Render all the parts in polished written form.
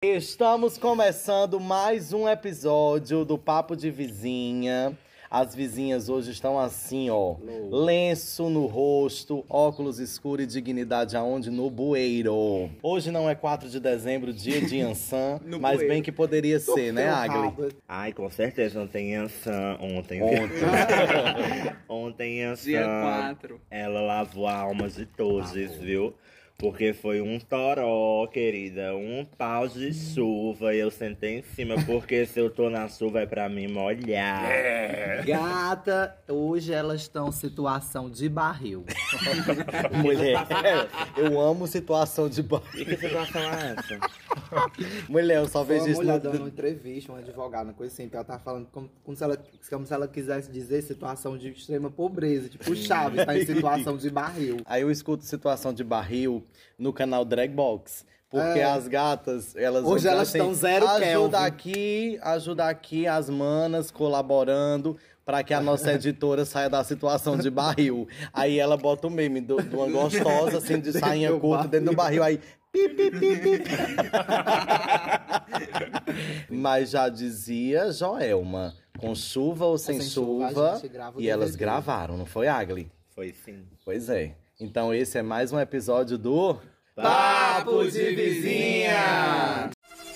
Estamos começando mais um episódio do Papo de Vizinha. As vizinhas hoje estão assim, ó. Lenço no rosto, óculos escuros e dignidade aonde? No bueiro. Hoje não é 4 de dezembro, dia de Yansan, mas bueiro. Bem que poderia ser, né, Agli? Ai, com certeza, ontem Yansan, ontem Yansan, dia 4. Ela lavou a alma de todos, viu? Porque foi um toró, querida, um pau de chuva e eu sentei em cima, porque se eu tô na chuva é pra mim molhar. Gata, hoje elas estão em situação de barril. Mulher, eu amo situação de barril. E que situação é essa? Mulher, eu só vejo isso. Uma mulher dando uma entrevista, uma advogada, uma coisa assim, que ela tá falando como se ela quisesse dizer situação de extrema pobreza. Tipo, Chaves tá em situação de barril. Aí eu escuto situação de barril no canal Dragbox. Porque as gatas, elas... Hoje elas estão zero ajuda aqui as manas colaborando pra que a nossa editora saia da situação de barril. Aí ela bota o meme de uma gostosa, assim, de sainha curta dentro do barril. Aí... Pi, pi, pi, pi. Mas já dizia Joelma, com chuva ou sem chuva, e elas gravaram, não foi, Agli? Foi sim. Pois é. Então esse é mais um episódio do... Papo de Vizinha!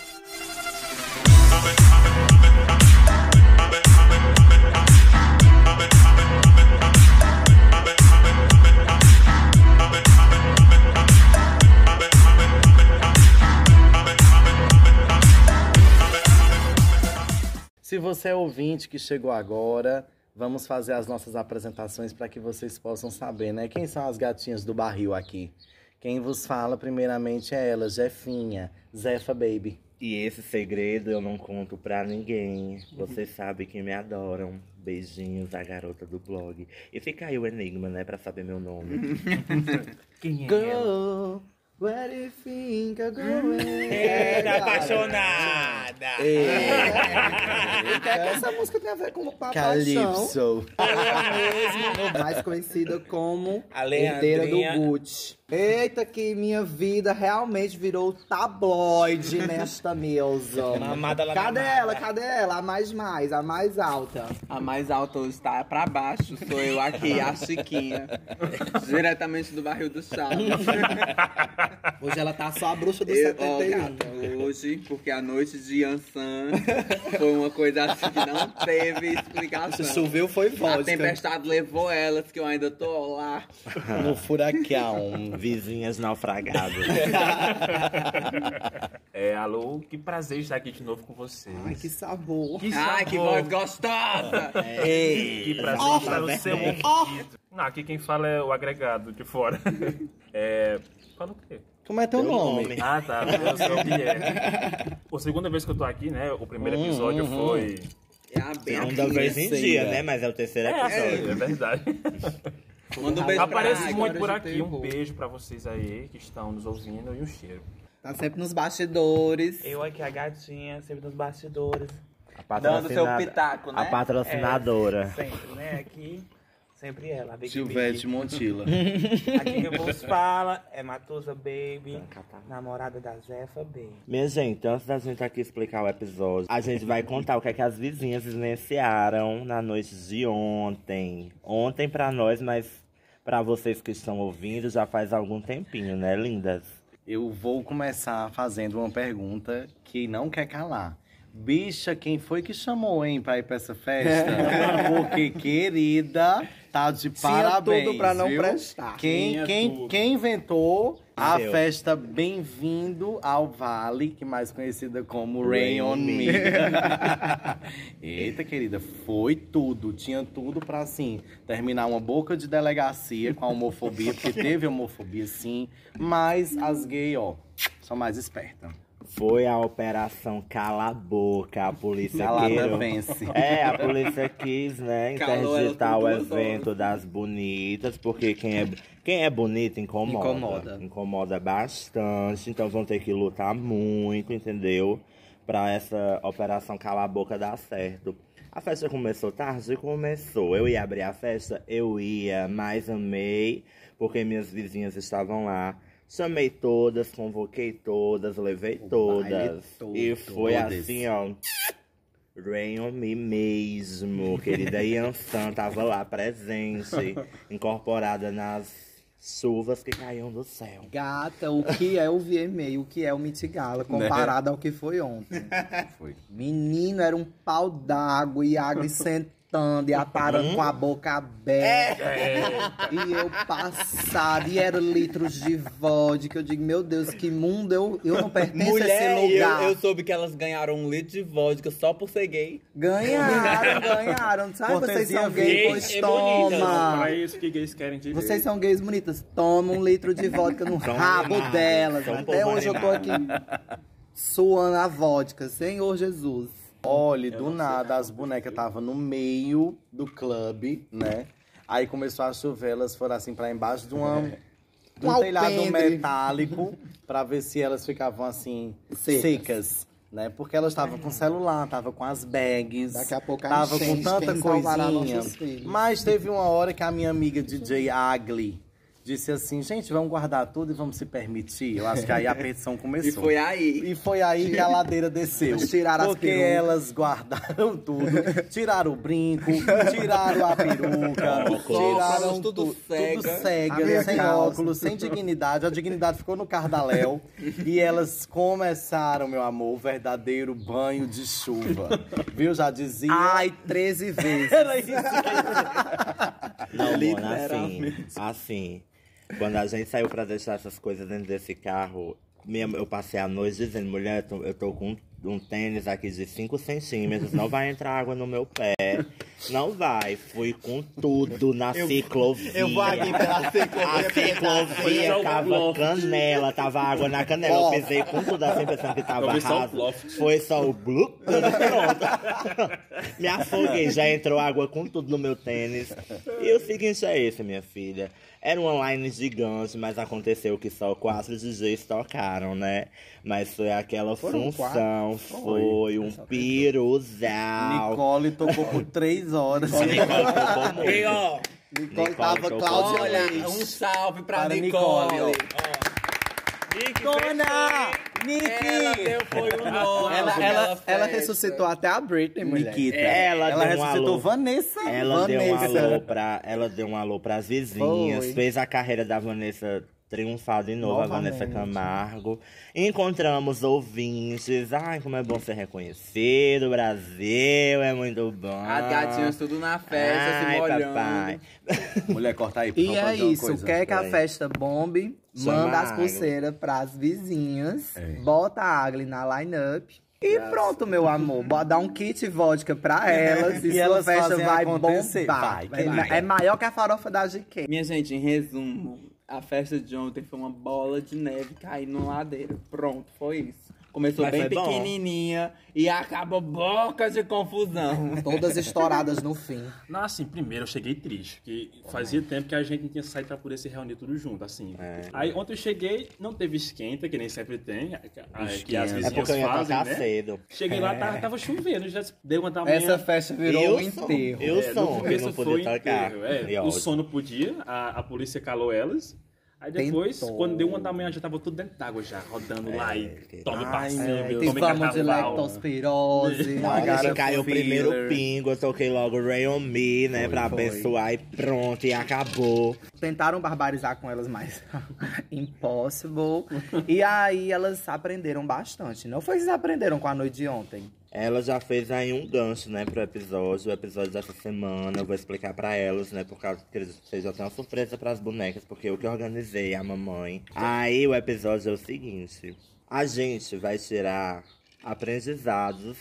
Se você é ouvinte que chegou agora, vamos fazer as nossas apresentações para que vocês possam saber, né? Quem são as gatinhas do barril aqui? Quem vos fala primeiramente é ela, Jefinha, Zefa Baby. E esse segredo eu não conto pra ninguém. Vocês sabem que me adoram. Beijinhos, a garota do blog. E fica aí o enigma, né, pra saber meu nome. Quem é ela? Where do you think I'm going? Era apaixonada! O que é que essa música tem a ver com a Calypso. Ela mesma, mais conhecida como A herdeira do Leandrinha. Gucci. Eita, que minha vida realmente virou tabloide nesta mesa. Mamada lá, Cadê mamada. ela? Cadê ela? A mais alta. A mais alta hoje tá pra baixo, sou eu aqui, a Chiquinha. Diretamente do barril do Chaves. Hoje ela tá só a bruxa do Ó, 71. gata, hoje, porque a noite de Yansan foi uma coisa assim que não teve Se explicação. choveu foi A vodka. tempestade levou elas, que eu ainda tô lá. No furacão. Vizinhas naufragadas. Alô, que prazer estar aqui de novo com vocês. Ai, que sabor. Ai, que voz gostosa! Que prazer estar no seu ouvido. Não, aqui quem fala é o agregado de fora. Fala o quê? Como é teu nome? Ah, tá. Eu sou o Pierre. A segunda vez que eu tô aqui, né? O primeiro episódio foi... É a Segunda vez em dia, né? Mas é o terceiro episódio. É verdade. Manda um beijo Aparece pra muito por já aqui. tem Um beijo pra vocês aí que estão nos ouvindo e um cheiro. Tá sempre nos bastidores. Eu aqui, a gatinha, sempre nos bastidores. A Dando seu patrocinada- pitaco, né? A patrocinadora. Sempre, né? Aqui, sempre ela. Big Silvete Montila. Aqui que vos fala é Matusa Baby, namorada da Zefa Baby. Minha gente, antes da gente aqui explicar o episódio, a gente vai contar o que é que as vizinhas vivenciaram na noite de ontem. Ontem pra nós, mas pra vocês que estão ouvindo já faz algum tempinho, né, lindas? Eu vou começar fazendo uma pergunta que não quer calar. Bicha, quem foi que chamou, hein, pra ir pra essa festa? Porque, querida, tá de parabéns, tudo pra não viu? prestar. Quem inventou a Eu. festa Bem-vindo ao Vale, que é mais conhecida como Rain on Me. Eita, querida, foi tudo. Tinha tudo pra, assim, terminar uma boca de delegacia com a homofobia, porque teve homofobia, sim. Mas as gays, ó, são mais espertas. Foi a Operação Cala a Boca, a polícia Calada queira- vence. A polícia quis, né, Calou interditar ela o por 2 evento das bonitas, porque quem é bonita incomoda. Incomoda bastante, então vão ter que lutar muito, entendeu? Pra essa Operação Cala a Boca dar certo. A festa começou tarde? Começou. Eu ia abrir a festa? Eu ia, mas amei, porque minhas vizinhas estavam lá. Chamei todas, convoquei todas, levei todas. E foi todas. assim, ó. Rain on me mesmo. Querida Yansan tava lá presente, incorporada nas chuvas que caíam do céu. Gata, o que é o VMA, o que é o Met Gala, comparado ao que foi ontem. Foi. Menino, era um pau d'água e água sentando e aparando com a boca aberta. E eu passada, e era litros de vodka. Eu digo, meu Deus, que mundo, eu não pertenço a esse lugar. Eu soube que elas ganharam 1 litro de vodka só por ser gay. Ganharam. Sabe, vocês são gays, pois Bonitas, toma. pra isso que gays querem dizer. Vocês são gays bonitas, toma 1 litro de vodka no São rabo animados, delas. são Até povo hoje eu tô aqui suando a vodka, Senhor Jesus. Olha, do nada, as bonecas estavam no meio do clube, né? Aí começou a chover, elas foram assim pra embaixo de um telhado alpendre. metálico pra ver se elas ficavam assim, Secas. secas, né? Porque elas estavam com celular, estavam com as bags, Daqui a pouco a tava com enchente, tanta quem salvará coisinha. nossos filhos? Mas teve uma hora que a minha amiga DJ Agli disse assim, gente, vamos guardar tudo e vamos se permitir. Eu acho que aí a petição começou. E foi aí. E foi aí que a ladeira desceu. Tiraram as porque perucas. elas guardaram tudo. Tiraram o brinco, tiraram a peruca, tiraram tudo cega. tudo A cega, minha sem calça. óculos, sem dignidade. A dignidade ficou no cardaléu. E elas começaram, meu amor, o verdadeiro banho de chuva. Viu? Já dizia. Ai, 13 vezes. Era isso. Não, mano, assim, quando a gente saiu pra deixar essas coisas dentro desse carro, eu passei a noite dizendo, mulher, eu tô com um tênis aqui de 5 centímetros, não vai entrar água no meu pé, não vai. Fui com tudo na ciclovia. Eu vou aqui pela ciclovia. A ciclovia tava canela, tava água na canela. Eu pisei com tudo assim, pensando que tava Foi só o raso. loft. Foi só o blup, pronto. Me afoguei, já entrou água com tudo no meu tênis. E o seguinte é esse, minha filha. Era uma line gigante, mas aconteceu que só 4 DJs tocaram, né? Mas foi aquela função, foi um piruzal. Nicole tocou por 3 horas. Nicole tocou muito. E ó, Nicole tava tocou Cláudia muito. olha, um salve pra Para Nicole. Nicole, Dona! Ela deu foi o nome. Ela ressuscitou até a Britney, mulher. Nikita. Ela deu um ressuscitou alô. Vanessa. Ela Vanessa. deu um alô pras vizinhas, Foi. fez a carreira da Vanessa triunfar de novo, Novamente. a Vanessa Camargo. Encontramos ouvintes. Ai, como é bom ser reconhecido, Brasil, é muito bom. As gatinhas tudo na festa, Ai, se molhando. papai. Mulher, corta aí, por E favor, é fazer uma isso, coisa. quer que a Peraí. festa bombe, Chama manda a as Agli. pulseiras pras vizinhas, É. bota a Agli na line-up e pronto, meu amor. Dá um kit vodka pra elas e E sua elas festa fazem vai acontecer. bombar. Vai, que vai. É maior que a farofa da GQ. Minha gente, em resumo, a festa de ontem foi uma bola de neve caindo na ladeira. Pronto, foi isso. Começou Mas bem foi bom. pequenininha e acabou boca de confusão. Todas estouradas no fim. Não, assim, primeiro eu cheguei triste, porque fazia tempo que a gente não tinha saído pra poder se reunir tudo junto, assim. Aí ontem eu cheguei, não teve esquenta, que nem sempre tem, que as É vizinhas porque eu ia fazem, tocar né? cedo. Cheguei lá, tava chovendo, já deu uma da manhã. Essa festa virou um enterro. Eu No sou, eu começo não foi podia tocar. enterro, E o ótimo. sono podia, a polícia calou elas. Aí depois, Tentou. quando deu 1 da manhã, já tava tudo dentro d'água já, rodando lá e tome Ai, passinho, meu Tem tome fama de carnaval. leptospirose. Na hora que Agora caiu o filler. primeiro pingo, eu toquei logo Rain on Me, né? Pra abençoar e pronto, e acabou. Tentaram barbarizar com elas, mas impossible. E aí elas aprenderam bastante. Não foi que vocês aprenderam com a noite de ontem? Ela já fez aí um gancho, né, pro episódio. O episódio dessa semana, eu vou explicar pra elas, né, por causa que vocês já têm uma surpresa pras bonecas, porque eu que organizei, a mamãe. Aí o episódio é o seguinte: a gente vai tirar aprendizados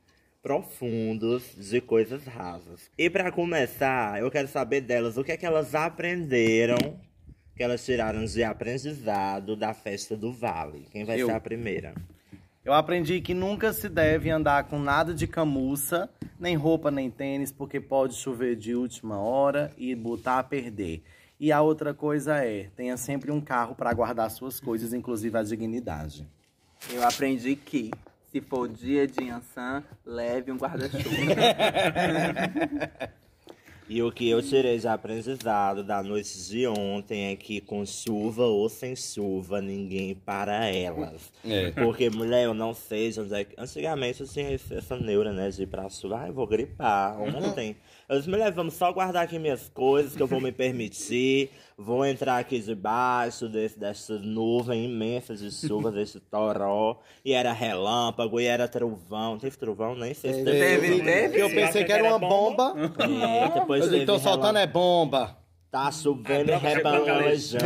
profundos de coisas rasas. E pra começar, eu quero saber delas o que é que elas aprenderam, que elas tiraram de aprendizado da festa do Vale. Quem vai ser a primeira? Eu aprendi que nunca se deve andar com nada de camuça, nem roupa, nem tênis, porque pode chover de última hora e botar a perder. E a outra coisa é, tenha sempre um carro para guardar suas coisas, inclusive a dignidade. Eu aprendi que, se for dia de Yansan, leve um guarda-chuva. E o que eu tirei de aprendizado da noite de ontem é que com chuva ou sem chuva, ninguém para elas. Porque, mulher, eu não sei de onde é que... Antigamente eu tinha essa neura, né, de ir pra chuva. Eu vou gripar. Ontem, eu disse, mulher, vamos só guardar aqui minhas coisas que eu vou me permitir. Vou entrar aqui debaixo dessas nuvens imensas de chuva, desse toró. E era relâmpago, e era trovão. Teve trovão? Nem sei se teve. Eu pensei que era uma bomba. Depois eu tô soltando bomba. Tá chovendo e rebalejando.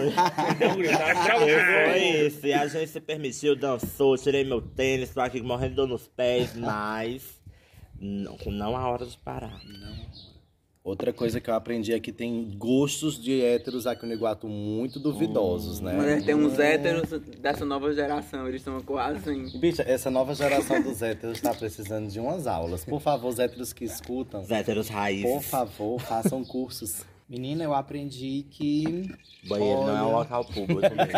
Foi isso. E a gente se permitiu, dançou, tirei meu tênis, tô aqui morrendo de dor nos pés, mas não há hora de parar. Outra coisa que eu aprendi é que tem gostos de héteros aqui no Iguatu muito duvidosos, né? Mas tem uns héteros dessa nova geração, eles estão quase assim. Bicha, essa nova geração dos héteros tá precisando de umas aulas. Por favor, os héteros que escutam. Os héteros raízes. Por favor, façam cursos. Menina, eu aprendi que... Banheiro não é um local público mesmo.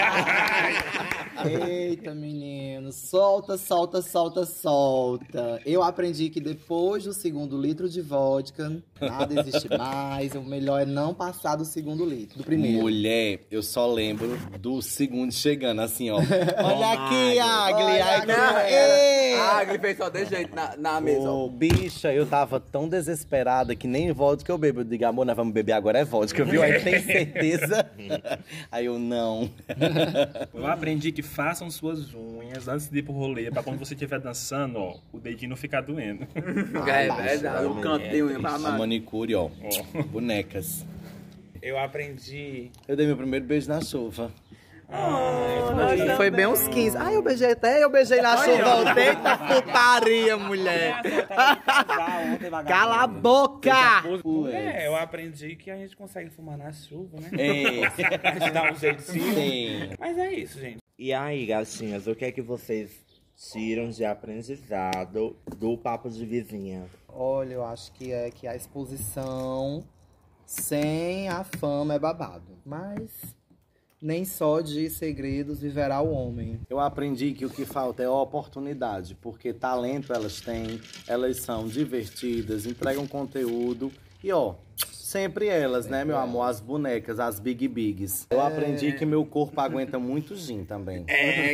Eita, menino. Solta, solta, solta, solta. Eu aprendi que depois do 2º litro de vodka, nada existe mais. O melhor é não passar do 2º litro, do primeiro. Mulher, eu só lembro do segundo chegando, assim, ó. Olha aqui, Agli. A Agli fez só de jeito na mesa. Ô, bicha, eu tava tão desesperada que nem vodka eu bebo. Eu digo, amor, nós vamos beber agora é vodka, viu? Aí tem certeza? Aí eu, não. Eu aprendi que façam suas unhas antes de ir pro rolê, pra quando você estiver dançando, ó, o dedinho não ficar doendo. É verdade, o canto de unha pra A manicure, ó. Bonecas. Eu aprendi... Eu dei meu primeiro beijo na chuva. Foi bem uns 15. Ai, eu beijei na chuva. Eita putaria, mulher. Cala a boca! Eu aprendi que a gente consegue fumar na chuva, né? É. A gente dá um jeitinho. Sim. Mas é isso, gente. E aí, gatinhas, o que é que vocês tiram de aprendizado do Papo de Vizinha? Olha, eu acho que é que a exposição sem a fama é babado. Mas nem só de segredos viverá o homem. Eu aprendi que o que falta é oportunidade, porque talento elas têm, elas são divertidas, entregam conteúdo e, ó, sempre elas, né, meu amor? As bonecas, as Big Bigs. Eu aprendi que meu corpo aguenta muito gin também.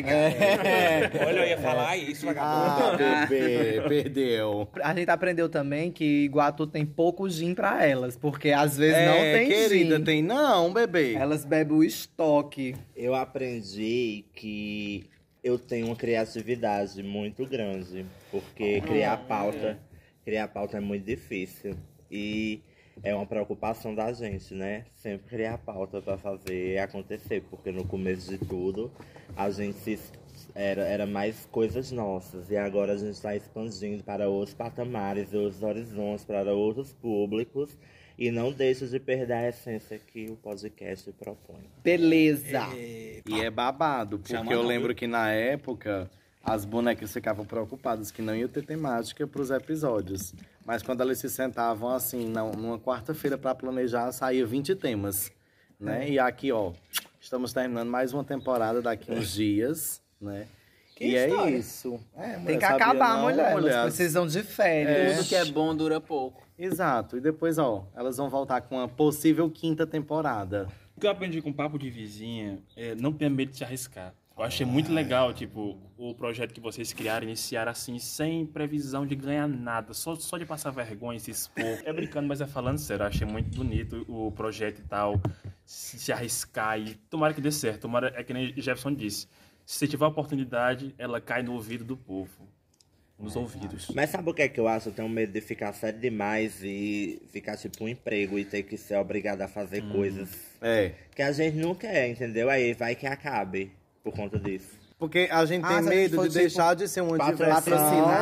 Olha, eu ia falar isso, vagabundo. Bebê, perdeu. A gente aprendeu também que Iguatu tem pouco gin pra elas, porque às vezes não tem querida, gin. tem não, bebê. Elas bebem o estoque. Eu aprendi que eu tenho uma criatividade muito grande, porque criar pauta é muito difícil. E é uma preocupação da gente, né? Sempre criar pauta pra fazer acontecer, porque no começo de tudo a gente era mais coisas nossas, e agora a gente está expandindo para outros patamares, outros horizontes, para outros públicos, e não deixa de perder a essência que o podcast propõe. Beleza! E é babado, porque eu lembro que na época as bonecas ficavam preocupadas que não ia ter temática pros episódios. Mas quando elas se sentavam assim, numa quarta-feira para planejar, saía 20 temas, né? E aqui, ó, estamos terminando mais uma temporada daqui uns dias, né? Que e história. é isso. Tem que acabar, mulher. Elas precisam de férias. Tudo que é bom dura pouco. Exato. E depois, ó, elas vão voltar com uma possível 5ª temporada. O que eu aprendi com o Papo de Vizinha é não ter medo de se arriscar. Eu achei muito legal, tipo, o projeto que vocês criaram, iniciaram assim, sem previsão de ganhar nada, só de passar vergonha, se expor. É brincando, mas é falando sério, eu achei muito bonito o projeto e tal, se arriscar e tomara que dê certo, tomara, é que nem Jefferson disse, se tiver a oportunidade, ela cai no ouvido do povo, nos ouvidos. Mas sabe o que é que eu acho? Eu tenho medo de ficar sério demais e ficar tipo um emprego e ter que ser obrigado a fazer coisas que a gente não quer, entendeu? Aí vai que acabe. Por conta disso. Porque a gente tem medo de deixar de ser uma diversão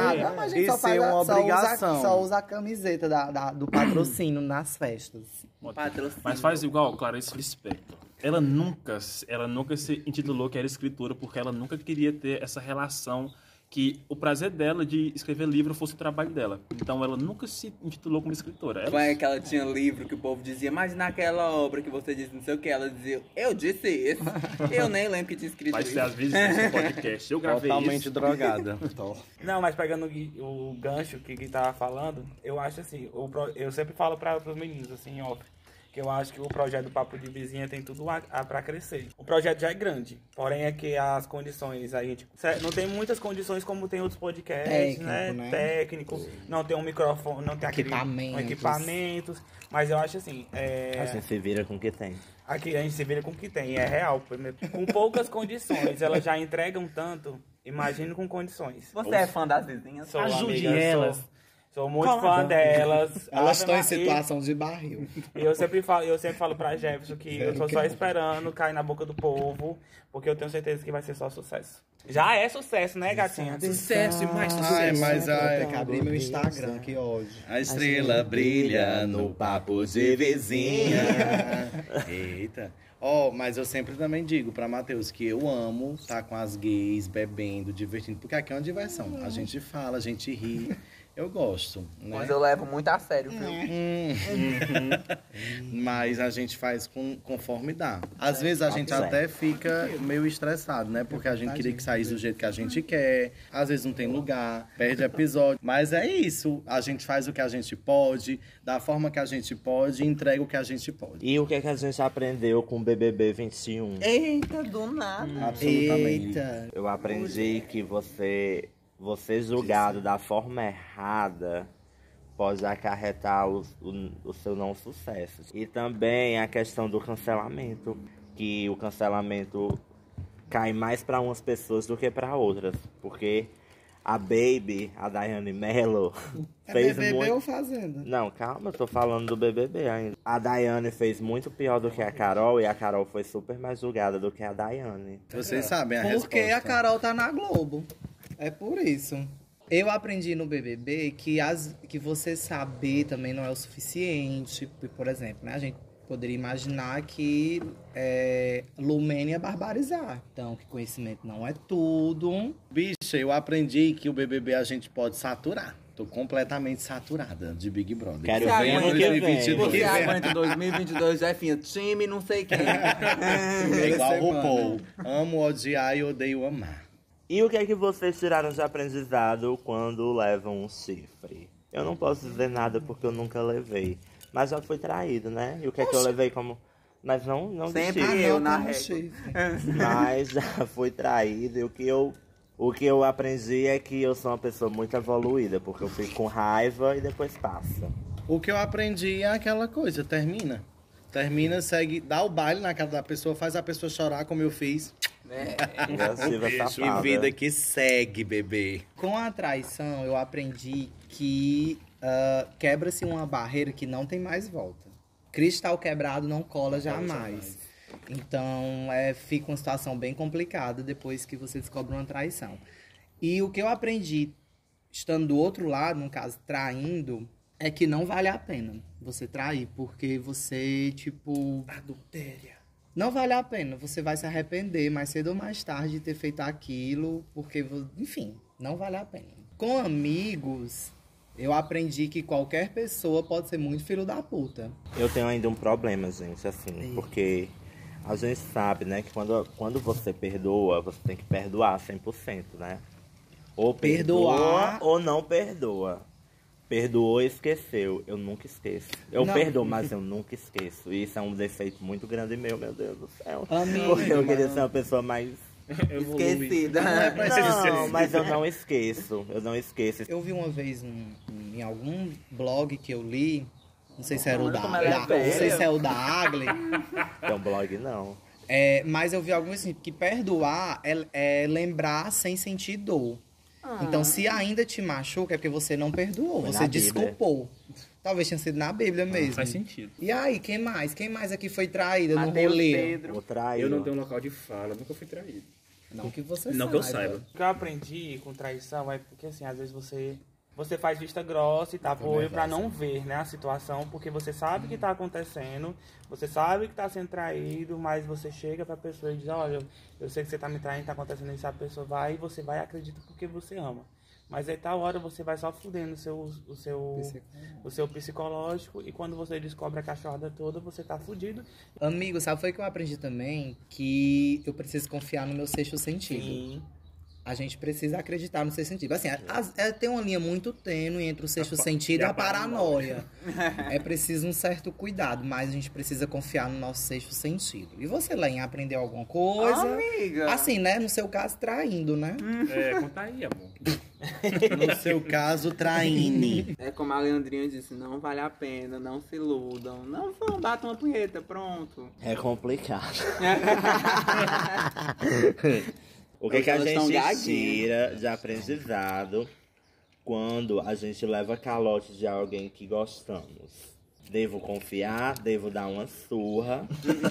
e só ser uma obrigação. Só usa a camiseta do patrocínio nas festas. Mas faz igual Clarice Lispector. Ela nunca se intitulou que era escritora porque ela nunca queria ter essa relação que o prazer dela de escrever livro fosse o trabalho dela. Então ela nunca se intitulou como escritora. Foi que ela tinha livro que o povo dizia, mas naquela obra que você disse não sei o que, ela dizia, eu disse isso. Eu nem lembro que tinha escrito Vai isso. ser às vezes nesse podcast. Eu gravei Totalmente isso. drogada. Não, mas pegando o gancho que tava falando, eu acho assim, eu sempre falo para os meninos, assim, óbvio, que eu acho que o projeto do Papo de Vizinha tem tudo para crescer. O projeto já é grande, porém é que as condições, a gente não tem muitas condições como tem outros podcasts, Técnico, né? Técnico, não tem um microfone, não tem equipamentos, mas eu acho assim, A gente se vira com o que tem. aqui a gente se vira com o que tem, é real, com poucas condições, elas já entregam tanto, imagine com condições. Você é fã das vizinhas? Sou Ajude amiga, elas. Sou muito fã delas. Elas estão em Ave Maria. situação de barril. E eu sempre falo pra Jefferson que eu tô só esperando cair na boca do povo, porque eu tenho certeza que vai ser só sucesso. Já é sucesso, né, gatinha? Sucesso e mais sucesso. Ai, mas Vou ter ai, que abrir meu Instagram, que ódio. a estrela brilha no papo de vizinha. Eita. Ó, mas eu sempre também digo pra Matheus que eu amo estar com as gays, bebendo, divertindo, porque aqui é uma diversão. A gente fala, a gente ri. Eu gosto, né? Mas eu levo muito a sério, viu? Mas a gente faz conforme dá. Às vezes a gente até fica meio estressado, né? Porque a gente queria que saísse do jeito que a gente quer. Às vezes não tem lugar, perde episódio. Mas é isso. A gente faz o que a gente pode, da forma que a gente pode e entrega o que a gente pode. E o que é que a gente aprendeu com o BBB 21? Eita, do nada. Absolutamente. Eita. Eu aprendi que você julgado da forma errada pode acarretar o seu não sucesso. E também a questão do cancelamento, que o cancelamento cai mais para umas pessoas do que para outras, porque a Baby, a Daiane Mello, fez BBB muito... ou Fazenda? Não, calma, eu tô falando do BBB ainda. A Daiane fez muito pior do que a Carol, e a Carol foi super mais julgada do que a Daiane. Vocês sabem a Porque resposta. a Carol tá na Globo. É por isso. Eu aprendi no BBB que você saber também não é o suficiente. Por exemplo, né? A gente poderia imaginar que Lumene ia barbarizar. Então, que conhecimento não é tudo. Bicha, eu aprendi que o BBB a gente pode saturar. Tô completamente saturada de Big Brother. Quero Você ver ano que vem. 2022. Você aguenta 2022, Jefinha, time não sei quem. É igual o RuPaul. Amo odiar e odeio amar. E o que é que vocês tiraram de aprendizado quando levam um chifre? Eu não posso dizer nada porque eu nunca levei. Mas já fui traído, né? E o que é que eu levei como... Mas não de Sempre chifre. eu na como régua. chifre. Mas já fui traído. E o que eu aprendi é que eu sou uma pessoa muito evoluída. Porque eu fico com raiva e depois passa. O que eu aprendi é aquela coisa, termina. Termina, segue, dá o baile na cara da pessoa, faz a pessoa chorar como eu fiz. Agressiva, E safada. vida que segue, bebê. Com a traição, eu aprendi que quebra-se uma barreira que não tem mais volta. Cristal quebrado não cola jamais. Então, fica uma situação bem complicada depois que você descobre uma traição. E o que eu aprendi, estando do outro lado, no caso, traindo, é que não vale a pena você trair, porque você, tipo... Adultéria. Não vale a pena, você vai se arrepender mais cedo ou mais tarde de ter feito aquilo, porque, enfim, não vale a pena. Com amigos, eu aprendi que qualquer pessoa pode ser muito filho da puta. Eu tenho ainda um problema, gente, assim, porque a gente sabe, né, que quando você perdoa, você tem que perdoar 100%, né? Ou Perdoar. perdoa ou não perdoa. Perdoou e esqueceu. Eu nunca esqueço. Eu Não. perdoo, mas eu nunca esqueço. E isso é um defeito muito grande meu Deus do céu. Amigo, Porque eu queria ser uma pessoa mais... Esquecida. Não, mas eu não esqueço. Eu não esqueço. Eu vi uma vez em algum blog que eu li, não sei se era o da, como ela é não sei velha. se é o da Agli, Então, blog não. mas eu vi algo assim, que perdoar é lembrar sem sentir dor. Então, se ainda te machuca, é porque você não perdoou, Foi você na Bíblia. desculpou. Talvez tenha sido na Bíblia mesmo. Faz sentido. E aí, quem mais? Quem mais aqui foi traída no Mateus rolê? Pedro. O traído. Eu não tenho local de fala, nunca fui traído. Não que você Não que eu saiba. O que eu aprendi com traição é porque, assim, às vezes você você faz vista grossa e apoio pra não ver, né, a situação, porque você sabe que tá acontecendo, você sabe que tá sendo traído, mas você chega pra pessoa e diz, olha, eu sei que você tá me traindo, tá acontecendo isso, a pessoa vai e você vai e acredita porque você ama. Mas aí tal hora você vai só fudendo o seu psicológico e quando você descobre a cachorrada toda, você tá fudido. Amigo, sabe foi que eu aprendi também? Que eu preciso confiar no meu sexto sentido. Sim. A gente precisa acreditar no sexto sentido. Assim, tem uma linha muito tênue entre o sexto sentido e a paranoia. É preciso um certo cuidado, mas a gente precisa confiar no nosso sexto sentido. E você, Len, aprendeu alguma coisa? Amiga! Assim, né? No seu caso, traindo, né? Conta aí, amor. No seu caso, traine. É como a Leandrinha disse, não vale a pena, não se iludam, não batam uma punheta, pronto. É complicado. O que a Elas tão gente gaguinhas. tira de aprendizado quando a gente leva calote de alguém que gostamos? Devo confiar? Devo dar uma surra?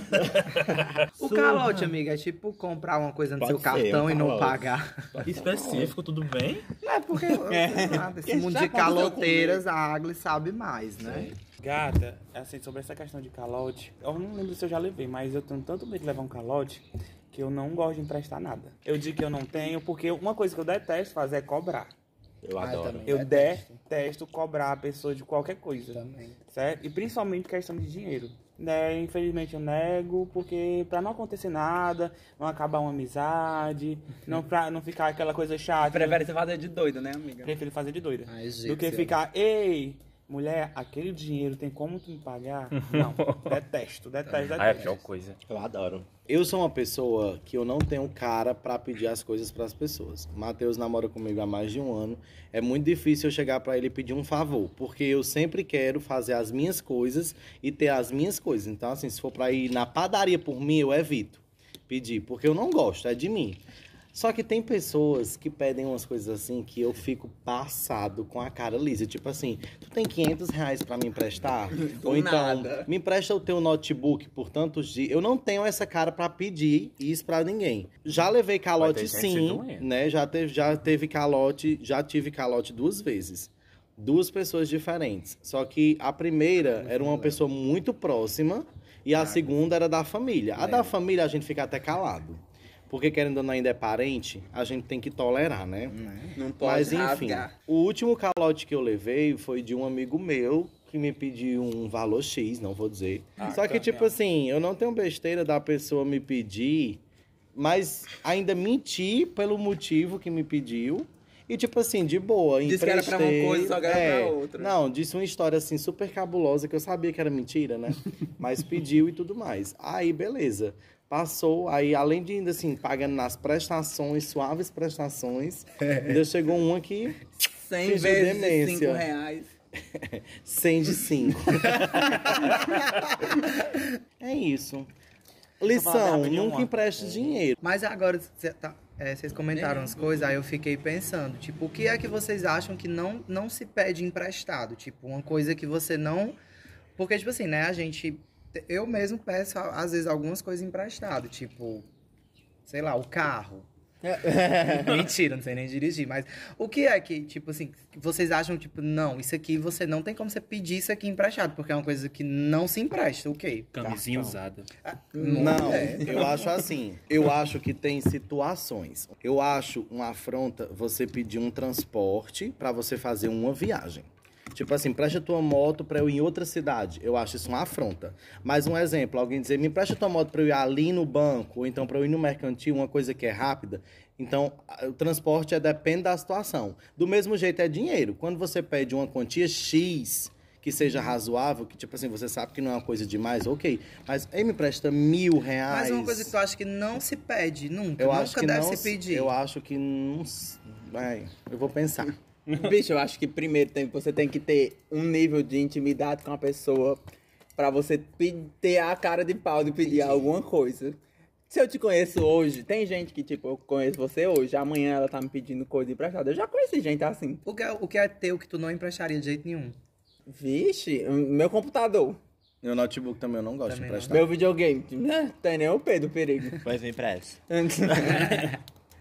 O calote, amiga, é tipo comprar uma coisa no Pode seu ser, cartão um e não calote. pagar. Específico, tudo bem? É porque esse mundo de caloteiras, a Agli sabe mais, né? Gata, assim, sobre essa questão de calote, eu não lembro se eu já levei, mas eu tenho tanto medo de levar um calote que eu não gosto de emprestar nada. Eu digo que eu não tenho, porque uma coisa que eu detesto fazer é cobrar. Eu adoro. também. Eu detesto cobrar a pessoa de qualquer coisa. Também. Certo? E principalmente questão de dinheiro. Né? Infelizmente eu nego, porque pra não acontecer nada, não acabar uma amizade, pra não ficar aquela coisa chata. Prefere você fazer de doido, né, amiga? Prefiro fazer de doida. Ai, gente, Do que ficar, ei, mulher, aquele dinheiro tem como tu me pagar? Não, detesto. Ah, é a pior coisa. Eu adoro. Eu sou uma pessoa que eu não tenho cara pra pedir as coisas pras pessoas. Matheus namora comigo há mais de um ano. É muito difícil eu chegar pra ele e pedir um favor, porque eu sempre quero fazer as minhas coisas e ter as minhas coisas. Então, assim, se for pra ir na padaria por mim, eu evito pedir, porque eu não gosto, é de mim. Só que tem pessoas que pedem umas coisas assim que eu fico passado com a cara lisa. Tipo assim, tu tem R$500 pra me emprestar? Ou então, nada. me empresta o teu notebook por tantos dias. Eu não tenho essa cara pra pedir isso pra ninguém. Já levei calote Mas tem gente sim, doente. né? Já tive calote 2 vezes. 2 pessoas diferentes. Só que a primeira era uma pessoa muito próxima e a segunda era da família. A da família a gente fica até calado. Porque querendo ou não ainda é parente, a gente tem que tolerar, né? Não pode Mas enfim, rasgar. o último calote que eu levei foi de um amigo meu que me pediu um valor X, não vou dizer. Só que tipo assim, eu não tenho besteira da pessoa me pedir, mas ainda mentir pelo motivo que me pediu. E tipo assim, de boa, Disse que era pra uma coisa, só que era pra outra. Não, disse uma história assim super cabulosa que eu sabia que era mentira, né? Mas pediu e tudo mais. Aí, beleza. Passou, aí além de ainda assim, pagando nas prestações, suaves prestações, ainda chegou uma que 100 fingiu vezes demência. R$5. 100 de 5. É isso. Lição, nunca empreste dinheiro. Mas agora, vocês comentaram as coisas, aí eu fiquei pensando, tipo, o que é que vocês acham que não se pede emprestado? Tipo, uma coisa que você não... Porque, tipo assim, né, eu mesmo peço, às vezes, algumas coisas emprestado, tipo, sei lá, o carro. Mentira, não sei nem dirigir, mas o que é que, tipo assim, vocês acham, tipo, não, isso aqui você não tem como você pedir isso aqui emprestado, porque é uma coisa que não se empresta, o quê? Camisinha usada. Não, eu acho assim. Eu acho que tem situações. Eu acho uma afronta você pedir um transporte pra você fazer uma viagem. Tipo assim, empresta tua moto pra eu ir em outra cidade. Eu acho isso uma afronta. Mas um exemplo, alguém dizer, me empresta tua moto pra eu ir ali no banco, ou então pra eu ir no mercantil, uma coisa que é rápida. Então, o transporte depende da situação. Do mesmo jeito é dinheiro. Quando você pede uma quantia X que seja razoável, que tipo assim, você sabe que não é uma coisa demais, ok. Mas aí me empresta R$1.000. Mas uma coisa que tu acha que não se pede, nunca. Eu Nunca acho que deve não se pedir. Eu acho que não... eu vou pensar. Bicho, eu acho que primeiro você tem que ter um nível de intimidade com a pessoa pra você ter a cara de pau de pedir alguma coisa. Se eu te conheço hoje, tem gente que, tipo, eu conheço você hoje, amanhã ela tá me pedindo coisa emprestada. Eu já conheci gente assim. O que é teu que tu não emprestaria de jeito nenhum? Vixe, meu computador, Meu notebook também eu não gosto de Também emprestar. meu videogame. Tem nem o P do perigo. Pois me empresta.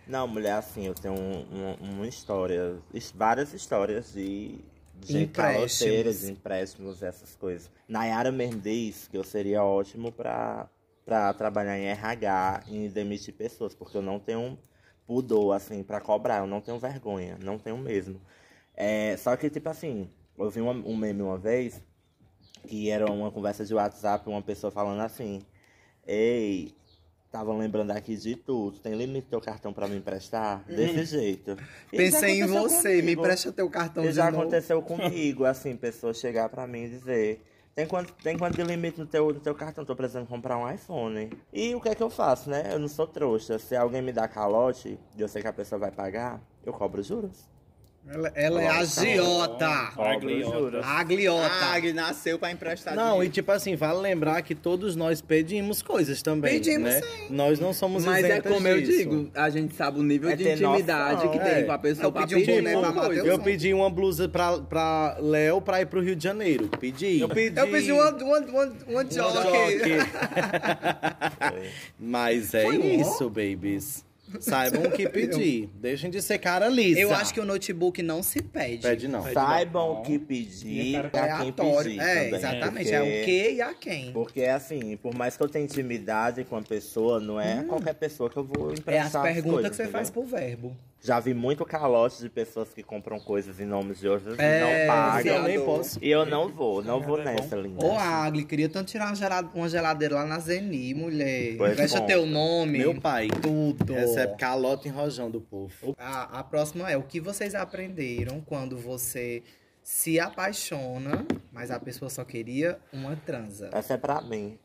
Não, mulher, assim, eu tenho uma história, várias histórias de caloteiras, de empréstimos, essas coisas. Nayara Mendes, que eu seria ótimo pra trabalhar em RH e demitir pessoas, porque eu não tenho pudor, assim, pra cobrar, eu não tenho vergonha, não tenho mesmo. Só que, tipo assim, eu vi um meme uma vez, que era uma conversa de WhatsApp, uma pessoa falando assim, ei, tava lembrando aqui de tudo, tem limite teu cartão pra me emprestar? Desse jeito. Pensei em você, me empresta teu cartão de Já novo. aconteceu comigo, assim, pessoas chegar pra mim e dizer, tem quanto de limite no teu cartão? Tô precisando comprar um iPhone. E o que é que eu faço, né? Eu não sou trouxa. Se alguém me dá calote, e eu sei que a pessoa vai pagar, eu cobro juros. Ela é agiota. Juros. Agliota. A Agri nasceu pra emprestar Não, dinheiro. e tipo assim, vale lembrar que todos nós pedimos coisas também, Pedimos, né? sim. Nós não somos Mas é isentas como eu disso. digo, a gente sabe o nível É de ter intimidade noção, que tem com a pessoa Eu pra pedi um pedir boné uma pra coisa. Matheus. Eu pedi uma blusa pra Léo pra ir pro Rio de Janeiro. Pedi. Eu pedi. Eu pedi uma jockey. Mas é Foi um isso, babies. Saibam o que pedir. Deixem de ser cara lisa. Eu acho que o notebook não se pede. Pede não. Saibam o que pedir, É a quem aleatório. pedir É, também, exatamente. porque- É o que e a quem. Porque, assim, por mais que eu tenha intimidade com a pessoa, não é qualquer pessoa que eu vou É as emprestar perguntas coisas, que você entendeu? faz pro verbo. Já vi muito calote de pessoas que compram coisas em nome de outras É, e não pagam. Eu nem posso. E eu não vou nessa linha. Ô, Agli, queria tanto tirar uma geladeira lá na Zeni, mulher. Pois Fecha bom. teu nome. Meu pai. Tudo. Recebe calote em rojão do povo. A próxima é o que vocês aprenderam quando você se apaixona, mas a pessoa só queria uma transa. Essa é pra mim.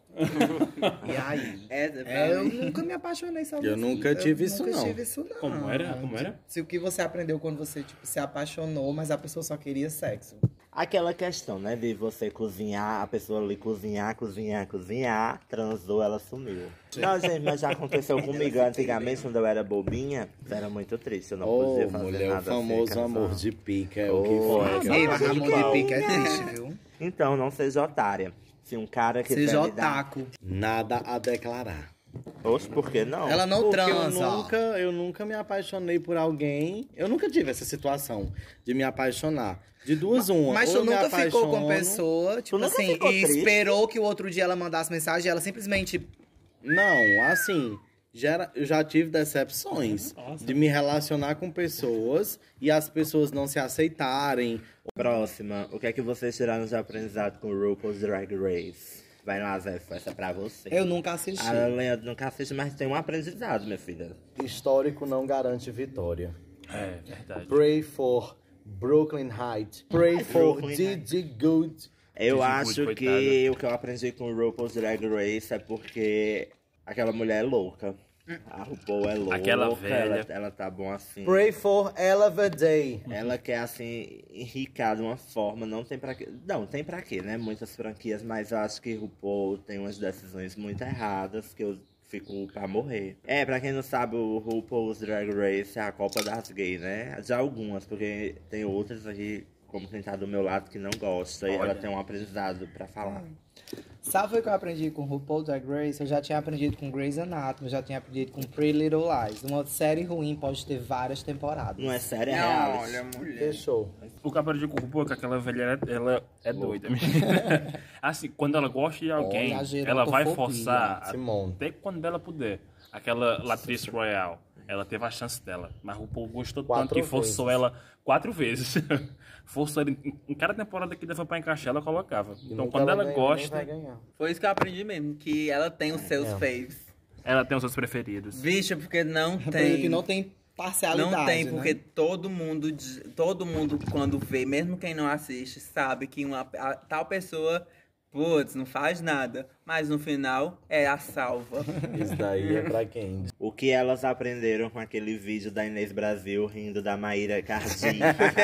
E aí? É, Eu nunca me apaixonei só Eu nunca tive isso, não. tive isso, não. Como era? Como era? Se o que você aprendeu quando você se apaixonou, mas a pessoa só queria sexo. Aquela questão, né, de você cozinhar, a pessoa ali cozinhar, transou, ela sumiu. Não, gente, mas já aconteceu comigo antigamente, quando eu era bobinha, era muito triste, eu não podia fazer mulher, nada o famoso sem amor casar. de pica é o que Oh, foi. Ei, mas Ramon de pica é triste, viu? Então, não seja otária. Se um cara que Seja quer me dar... otaku. Nada a declarar. Oxe, por que não? Ela não Porque transa. eu nunca me apaixonei por alguém. Eu nunca tive essa situação de me apaixonar. De duas, uma. Mas Ou tu eu me nunca ficou com apaixono- pessoa, tipo nunca assim, ficou e triste? esperou que o outro dia ela mandasse mensagem e ela simplesmente. Não, assim, eu já tive decepções de me relacionar com pessoas e as pessoas não se aceitarem. Próxima, o que é que vocês tiraram de aprendizado com o RuPaul's Drag Race? Vai lá, Zé, essa é pra você. Eu nunca assisti. A Leandro nunca assiste, mas tem um aprendizado, minha filha. Histórico não garante vitória. É, verdade. Pray for Brooklyn Heights. Pray for Brooklyn Didi Good. Eu Didi acho Good, que coitada. o que eu aprendi com o RuPaul's Drag Race é porque aquela mulher é louca. A RuPaul é louca. Aquela velha. Ela tá bom assim. Pray for Eleva Day. Ela quer, assim, enricar de uma forma, não tem pra quê. Não, tem pra quê, né? Muitas franquias, mas eu acho que RuPaul tem umas decisões muito erradas que eu fico pra morrer. Pra quem não sabe, o RuPaul's Drag Race é a Copa das Gays, né? De algumas, porque tem outras aqui, como quem tá do meu lado, que não gosta. E ela tem um aprendizado pra falar. Sabe o que eu aprendi com RuPaul Drag Race? Eu já tinha aprendido com Grey's Anatomy, eu já tinha aprendido com Pretty Little Lies. Uma série ruim pode ter várias temporadas. Não é sério, é Não, reality. olha, mulher. Fechou. O que eu aprendi com o RuPaul é que aquela velha, ela é doida. Assim, quando ela gosta de alguém, Olha a ela vai gerontofobia, forçar Simone. até quando ela puder. Aquela Latrice Royale, ela teve a chance dela. Mas o RuPaul gostou 4 tanto que forçou vezes. ela 4 vezes. Forçou ela em cada temporada que dava pra encaixar, ela colocava. E Então nunca quando ela ganha, nem gosta, vai ganhar. Foi isso que eu aprendi mesmo, que ela tem os seus faves. ela tem os seus preferidos. Bicho, porque não Tem. tem. Que não tem parcialidade, Não tem, né? porque todo mundo quando vê, mesmo quem não assiste, sabe que a tal pessoa, putz, não faz nada. Mas no final é a salva. Isso daí é pra quem? O que elas aprenderam com aquele vídeo da Inês Brasil rindo da Maíra Cardi?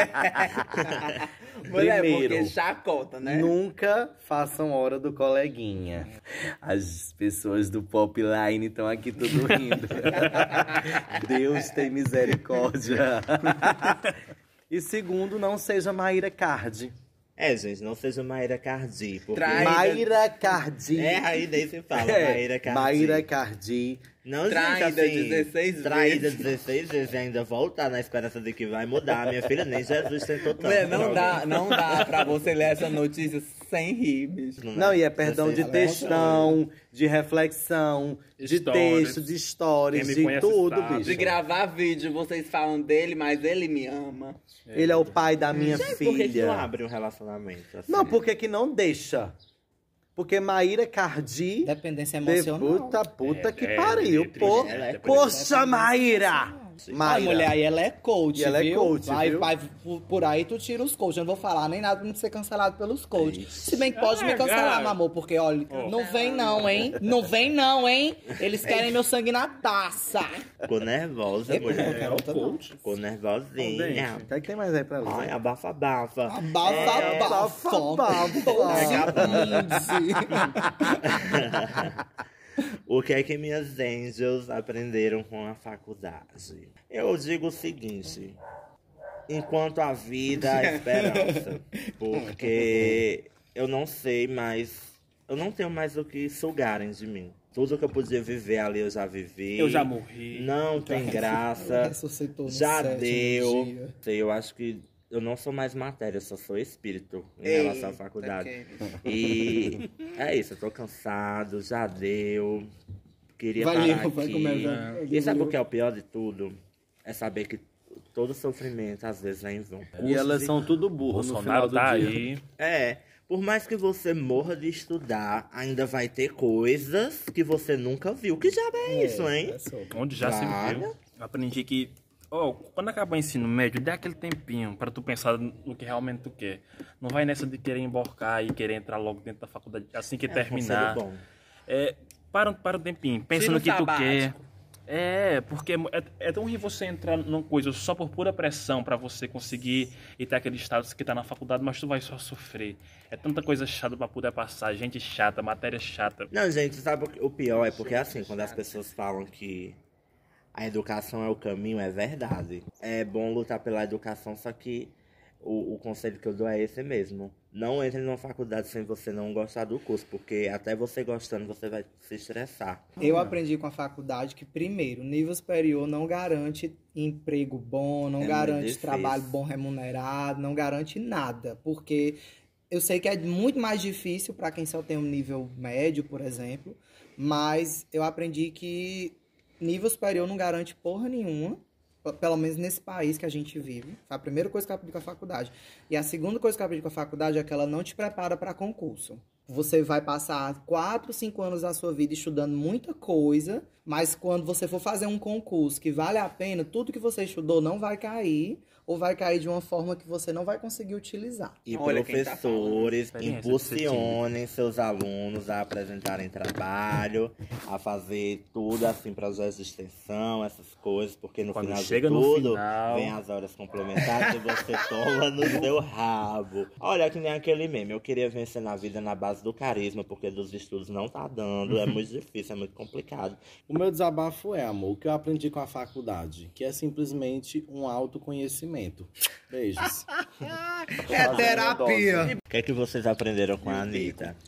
Mulher, Primeiro, porque chacota, né? Nunca façam hora do coleguinha. As pessoas do Popline estão aqui tudo rindo. Deus tem misericórdia. E segundo, não seja Maíra Cardi. Gente, não seja Maíra Cardi. Porque... Trai- Maíra Cardi. Aí daí se fala, Maíra Cardi. Maíra Cardi Não, Traída gente, assim, 16 traída vezes. 16 vezes e ainda voltar na esperança de que vai mudar. Minha filha, nem Jesus tentou tanto. Mulher, não dá pra você ler essa notícia sem rir, bicho. Não, e é perdão de 16 textão, de reflexão, de Stories. texto, de stories, Quem me de conhece tudo, sabe. bicho. De gravar vídeo, vocês falam dele, mas ele me ama. Ele é o pai da minha Por que que não filha. abre um relacionamento assim? Não, por que que não deixa? Porque Maíra Cardi... Dependência de emocional. puta que é, pariu, é pô. triste, ela é Poxa, Maíra! A Maíra. mulher aí, ela é coach, E ela é viu? coach, vai, viu? vai por aí, tu tira os coaches. Eu não vou falar nem nada pra não ser cancelado pelos coaches. Se bem que pode me cancelar, cara. meu amor, porque, olha, não vem não, hein? Não vem não, hein? Eles querem meu sangue na taça. Ficou nervosa, É, mulher. É o coach. Ficou nervosinha. O que é que tem mais aí pra ler? Ai, abafa, abafa. Abafa, O que é que minhas angels aprenderam com a faculdade? Eu digo o seguinte: enquanto a vida, a esperança. Porque eu não sei mais, eu não tenho mais o que sugarem de mim. Tudo que eu podia viver ali eu já vivi. Eu já morri. Não tem graça. Ressuscitou no Já sétimo deu. dia. Sei, eu acho que eu não sou mais matéria, eu só sou espírito em Ei, relação à faculdade. ok. E é isso, eu tô cansado, já deu. Queria Valeu, parar vai aqui. começar. E sabe o que é o pior de tudo? É saber que todo sofrimento às vezes é em vão. E elas são tudo burro no final Bolsonaro do tá dia. aí. É, por mais que você morra de estudar, ainda vai ter coisas que você nunca viu. Que diabo é isso, hein? Onde já Vai. se viu. Aprendi que, quando acabar o ensino médio, dê aquele tempinho pra tu pensar no que realmente tu quer. Não vai nessa de querer emborcar e querer entrar logo dentro da faculdade assim que terminar. Conselho bom. Para um tempinho, pensa Tira no um que tu sabático. quer. Porque é tão ruim você entrar numa coisa só por pura pressão pra você conseguir e ter aquele status que tá na faculdade, mas tu vai só sofrer. É tanta coisa chata pra poder passar, gente chata, matéria chata. Não, gente, sabe o pior? É porque assim, quando as pessoas falam que a educação é o caminho, é verdade. É bom lutar pela educação, só que o conselho que eu dou é esse mesmo. Não entre numa faculdade sem você não gostar do curso, porque até você gostando, você vai se estressar. Eu aprendi com a faculdade que, primeiro, nível superior não garante emprego bom, não É muito garante difícil. trabalho bom remunerado, não garante nada. Porque eu sei que é muito mais difícil para quem só tem um nível médio, por exemplo, mas eu aprendi que nível superior não garante porra nenhuma. Pelo menos nesse país que a gente vive. Foi a primeira coisa que eu aprendi com a faculdade. E a segunda coisa que eu aprendi com a faculdade é que ela não te prepara para concurso. Você vai passar 4, 5 anos da sua vida estudando muita coisa, mas quando você for fazer um concurso que vale a pena, tudo que você estudou não vai cair, ou vai cair de uma forma que você não vai conseguir utilizar. E Olha quem tá professores falando. impulsionem seus alunos a apresentarem trabalho, a fazer tudo assim, projetos de extensão, essas coisas, porque no Quando final chega de no tudo, final- vem as horas complementares e você toma no seu rabo. Olha que nem aquele meme, eu queria vencer na vida na base do carisma, porque dos estudos não tá dando, é muito difícil, é muito complicado. O meu desabafo é, amor, o que eu aprendi com a faculdade, que é simplesmente um autoconhecimento. Beijos. É terapia. O que é que vocês aprenderam com a Anitta?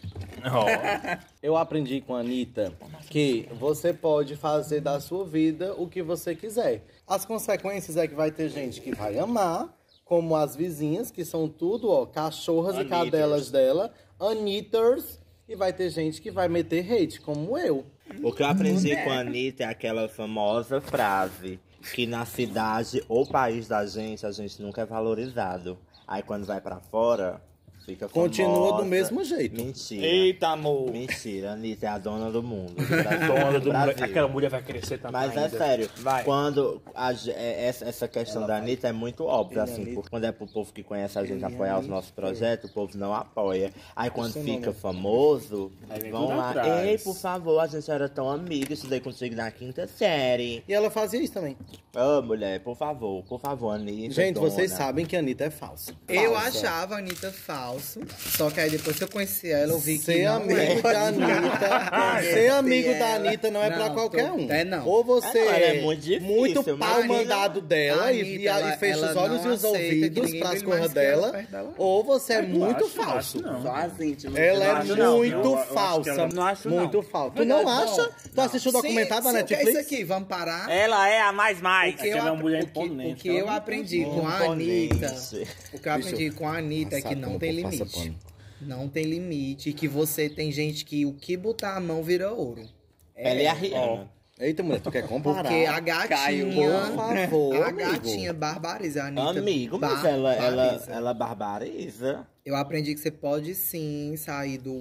Eu aprendi com a Anitta que você pode fazer da sua vida o que você quiser. As consequências é que vai ter gente que vai amar, como as vizinhas, que são tudo, cachorras e Anitters. cadelas dela, Anitters, e vai ter gente que vai meter hate, como eu. O que eu aprendi com a Anitta é aquela famosa frase que na cidade ou país da gente, a gente nunca é valorizado. Aí quando vai pra fora, fica famosa. Continua do mesmo jeito. Mentira. Eita, amor. Mentira, a Anitta é a dona do mundo. do Dona do Brasil. mundo, aquela mulher vai crescer também. Mas é ainda. sério, Vai. quando essa questão da Anitta é muito óbvia, assim, porque quando é pro povo que conhece a gente apoiar os nossos projetos, o povo não apoia. Aí quando fica famoso, Aí vem vão tudo lá, atrás. ei, por favor, a gente era tão amiga, estudei contigo na 5ª série. E ela fazia isso também. Ô, mulher, por favor, Anitta. Gente, dona. vocês sabem que a Anitta é falsa. Eu Falsa. achava a Anitta falsa. falso. Só que aí depois que eu conheci ela, eu vi que Ser amigo da Anitta. Ser amigo da Anitta não é pra qualquer um. Não. Ou você é muito difícil, muito pau imagina. mandado dela e fecha os olhos e os ouvidos pras coisas dela. Ou você é muito falso. Só as íntimas. Ela é acho não, muito eu acho que falsa. ela- Não acho, não. Muito falsa. Tu não acha? Tu assistiu o documentário da O que é Netflix? isso aqui? Vamos parar? Ela é a mais. O que Aquela eu, mulher o que- imponente, o que eu ela- aprendi com a Imponente. Anitta, o que eu aprendi com a Anitta é que não tem limite. Não tem limite. E que você tem gente que o que botar a mão vira ouro. Ela é a Rihanna. Eita, mulher, tu quer comparar? Porque a gatinha. Por favor, a amigo. gatinha barbariza. A Anitta Amigo, mas barbariza. ela barbariza. Eu aprendi que você pode sim sair do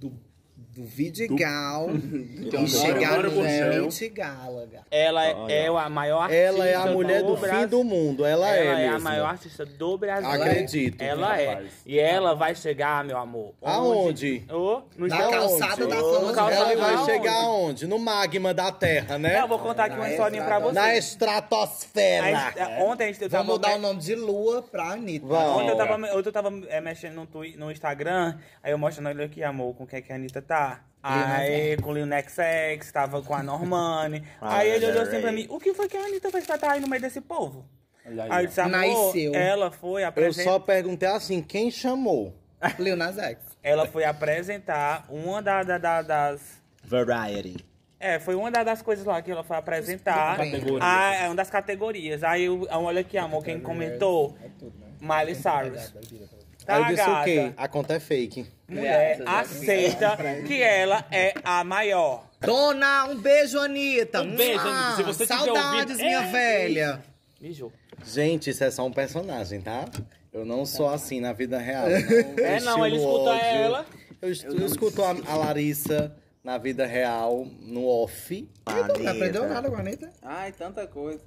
Vidigal e chegar Agora no eu Met Gala. Gata. Ela é a maior artista. Ela é a mulher do fim do mundo. Ela é a mesmo. maior artista do Brasil. Acredito. Ela é. Rapaz. E ela vai chegar, meu amor. Aonde? Oh, no Na Instagram. calçada da No fama. calçada Ela vai aonde? chegar aonde? No magma da Terra, né? Eu vou contar aqui uma historinha pra você. Na estratosfera. Ontem a gente eu Vamos tava mudar o nome de Lua pra Anitta. Vamos. Ontem eu tava mexendo no Instagram, aí eu mostrando ele aqui, amor, com quem que a Anitta tá. Aí com o Lil Nas X, tava com a Normani. Aí ele olhou assim pra mim, o que foi que a Anitta fez pra estar aí no meio desse povo? Olha aí, Aí eu ó. disse, amor, Nasceu. ela foi Eu apresentar. só perguntei assim, quem chamou? Lil Nas X. Ela foi apresentar uma das. Variety. Foi uma das coisas lá que ela foi apresentar. Categoria. É uma das categorias. Aí olha aqui, amor, quem comentou? Miley Cyrus. Tá, Aí eu disse gata? o quê? A conta é fake. Mulher, aceita que ela é a maior. Dona, um beijo, Anitta. Um beijo, Anitta. Se você tiver Saudades, ouvido- minha velha. Mijou. Gente, isso é só um personagem, tá? Eu não sou assim na vida real. Não, ele escuta ela. Eu escuto a Larissa na vida real, no off. Não aprendeu nada com a Anitta? Ai, tanta coisa.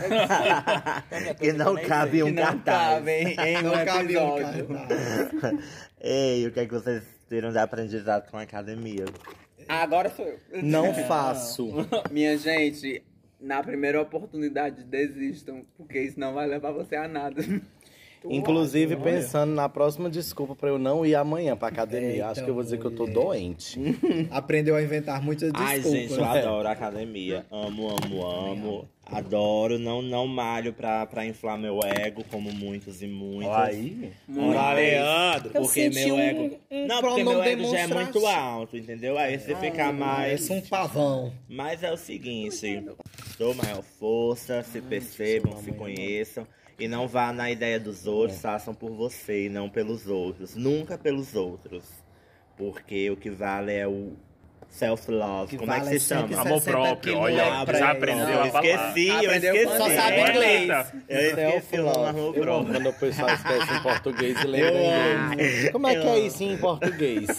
Que não cabe um Que não cartaz. cabe em um Não cabe um episódio. cartaz. Ei, o que é que vocês tiram de aprendizado com a academia? Agora sou eu. Não faço. Minha gente, na primeira oportunidade, desistam, porque isso não vai levar você a nada. Inclusive, pensando na próxima desculpa pra eu não ir amanhã pra academia. Acho que eu vou dizer que eu tô doente. Aprendeu a inventar muitas Ai, desculpas. gente, eu adoro a academia. Amo. Adoro, não malho pra inflar meu ego, como muitos e muitas. Aí. Olha, Leandro, Eu porque senti meu um- ego. um Não, porque meu ego já é pronome muito alto, entendeu? Aí você fica mais. Parece um pavão. Mas é o seguinte, dou maior força, se percebam, se conheçam. E não vá na ideia dos outros, façam por você e não pelos outros. Nunca pelos outros. Porque o que vale é o self-love. Como é que vale se chama? 160 Amor próprio, olha, quilos. já aprendeu Eu a falar. esqueci, eu Aprendeu esqueci. só sabe inglês. Eu esqueci o nome amor Eu amo próprio. quando o pessoal esquece em português e lembra em inglês. Como é que é isso em português?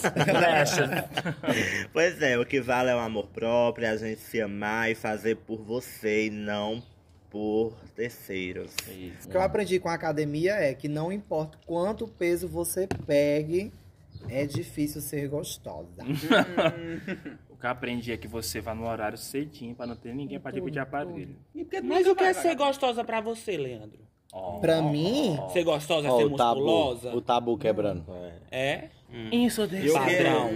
Pois é, o que vale é o amor próprio, é a gente se amar e fazer por você e não por terceiros. O que eu aprendi com a academia é que não importa quanto peso você pegue, é difícil ser gostosa. O que eu aprendi é que você vá no horário cedinho pra não ter ninguém pra dividir aparelho. Mas o que é ser gostosa pra você, Leandro? Pra mim, Ser gostosa, Ó, ser o tabu, musculosa? o tabu quebrando. É? Isso desse Padrão.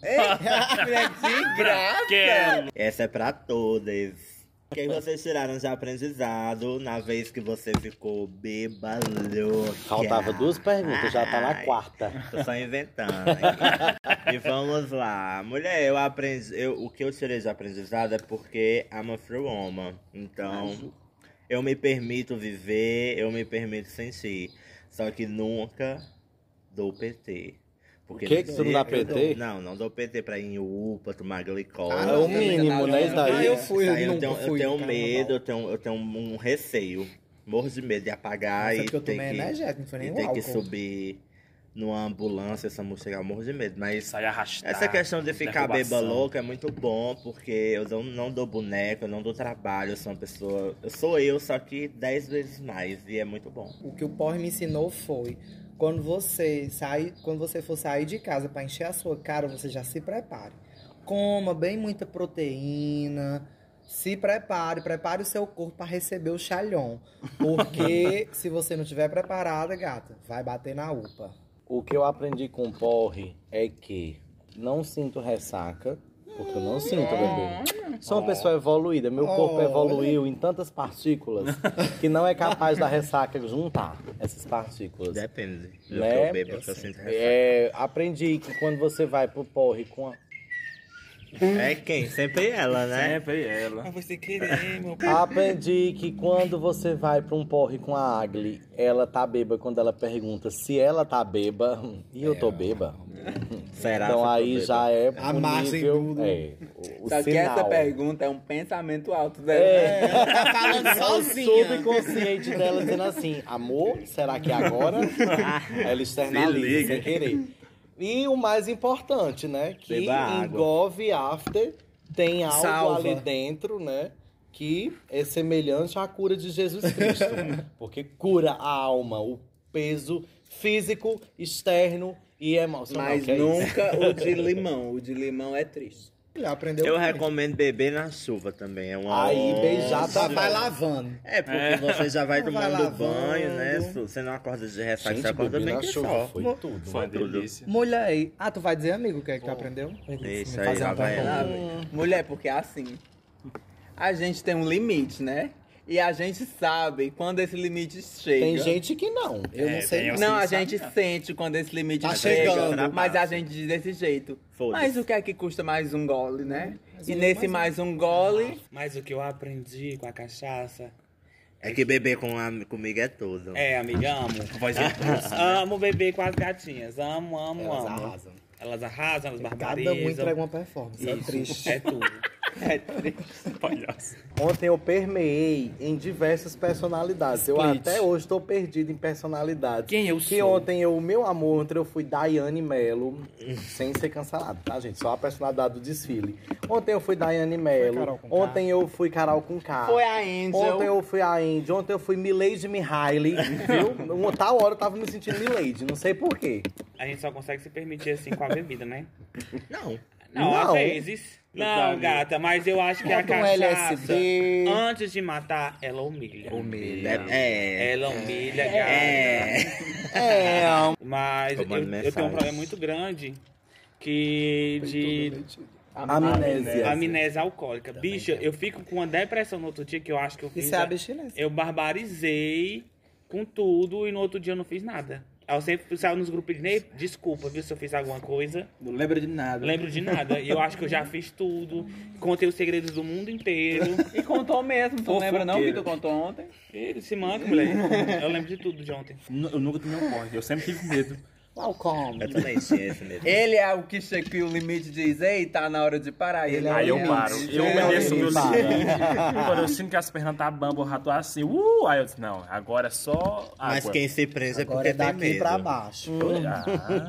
De graça. Quero. Essa é pra todas. O que vocês tiraram de aprendizado na vez que você ficou bêbada? Faltava 2 perguntas, já tá na quarta. Tô só inventando. E vamos lá. Mulher, o que eu tirei de aprendizado é porque I'm a free woman. Então, eu me permito viver, eu me permito sentir. Só que nunca dou PT. Porque Que tu não dá PT? Não dou PT pra ir em UPA, tomar glicose. É o mínimo, né? Isso daí. eu fui, Isso aí eu nunca eu fui. tenho no medo, carnaval. eu tenho um receio. Morro de medo de apagar Nossa, e porque eu ter tomei que, energético, não foi nem e o ter que álcool. subir numa ambulância, essa música chegar, eu morro de medo. Mas Sai arrastado. essa questão de ficar derrubação. beba louca é muito bom, porque eu não dou boneco, eu não dou trabalho, eu sou uma pessoa... Eu sou eu, só que 10 vezes mais, e é muito bom. O que o porre me ensinou foi: quando você for sair de casa para encher a sua cara, você já se prepare. Coma bem muita proteína. Se prepare o seu corpo para receber o chalhão. Porque se você não estiver preparada, gata, vai bater na UPA. O que eu aprendi com o porre é que não sinto ressaca, porque eu não sinto, bebê. Sou uma pessoa evoluída, meu corpo evoluiu em tantas partículas que não é capaz da ressaca juntar essas partículas. Depende. Do Né? que eu bebo, que eu sinto ressaca. Aprendi que quando você vai pro porre com a... É quem? Sempre ela, né? Sempre ela. Mas você querer, meu Aprendi que quando você vai pra um porre com a Agli, ela tá bêbada quando ela pergunta se ela tá bêbada e eu tô bêbada. Será? Então que eu tô aí bêbado? já é A o massa em nível, tudo. o Só que sinal. essa pergunta é um pensamento alto dela. Tá falando O sozinha. subconsciente dela dizendo assim, amor, será que é agora? Ela externaliza sem querer. E o mais importante, né? Que Beba água. engove after tem algo Salva. ali dentro, né? Que é semelhante à cura de Jesus Cristo. Porque cura a alma, o peso físico, externo e emocional. Mas que é isso. nunca o de limão. O de limão é triste. Ele aprendeu. Eu recomendo beber na chuva também. É uma Aí beijar Já também. vai lavando. É, porque você já vai Vai tomando lavando. banho, né? Você não acorda de ressaca, Gente, você acorda beber bem na que chuva só. foi tudo. Foi uma tudo. delícia. Mulher, tu vai dizer, amigo, o que é que tu aprendeu? Isso Me aí, fazer uma Havaiana. pergunta. Mulher, porque é assim. A gente tem um limite, né? E a gente sabe quando esse limite chega. Tem gente que não. Eu não sei. tem não. assim, Não, a sabe, gente não. sente quando esse limite Tá chega, chegando. mas a gente diz desse jeito. Foda-se. Mas o que é que custa mais um gole, né? E nesse mais um gole, Mas o que eu aprendi com a cachaça... É que beber comigo é tudo. É, amiga, amo. Vozinha grossa. Amo beber com as gatinhas. Amo, amo, Elas amo. arrasam. Elas arrasam, elas Cada barbarizam. um entrega uma performance. É Isso, triste. é tudo. Palhaço. Ontem eu permeei em diversas personalidades. Eu Split. até hoje estou perdido em personalidades. Quem eu Que sou? ontem o meu amor, ontem eu fui Daiane Mello, sem ser cancelado, tá, gente? Só a personalidade do desfile. Ontem eu fui Daiane Mello. Carol Conká. Ontem eu fui Carol Conká. foi a Angel. Ontem eu fui a Indy, ontem eu fui Milady Mihaly, viu? Uma tal hora eu tava me sentindo Milady, não sei porquê. A gente só consegue se permitir assim com a bebida, né? Não. Não, Não. às vezes. Não, gata, mas eu acho que a Bota um cachaça, LSD. antes de matar, ela humilha. É. Ela humilha, gata. É, Mas eu Tomando tenho um mensagem. problema muito grande que de amnésia. amnésia alcoólica. Bicha, eu fico com uma depressão no outro dia que eu acho que eu fiz. Isso é abstinência. Eu barbarizei com tudo e no outro dia eu não fiz nada. Aí eu sempre saio nos grupos de Ney, desculpa, viu, se eu fiz alguma coisa. Não lembro de nada. Lembro de nada. E eu acho que eu já fiz tudo. Contei os segredos do mundo inteiro. E contou mesmo, tu não lembra não que tu contou ontem? Ele se manca, mulher. Eu lembro de tudo de ontem. Eu nunca tomei um porre, eu sempre tive medo. Welcome. Eu também tinha esse medo. Ele é o que chega que o limite diz, ei, tá na hora de parar. Ele Aí eu paro. Eu obedeço o meu para. limite. Quando eu sinto que as pernas tá bamba, eu já tô assim. Aí eu disse, não, agora é só água. Mas quem se prende é Agora porque é tem daqui medo. pra baixo. Ah,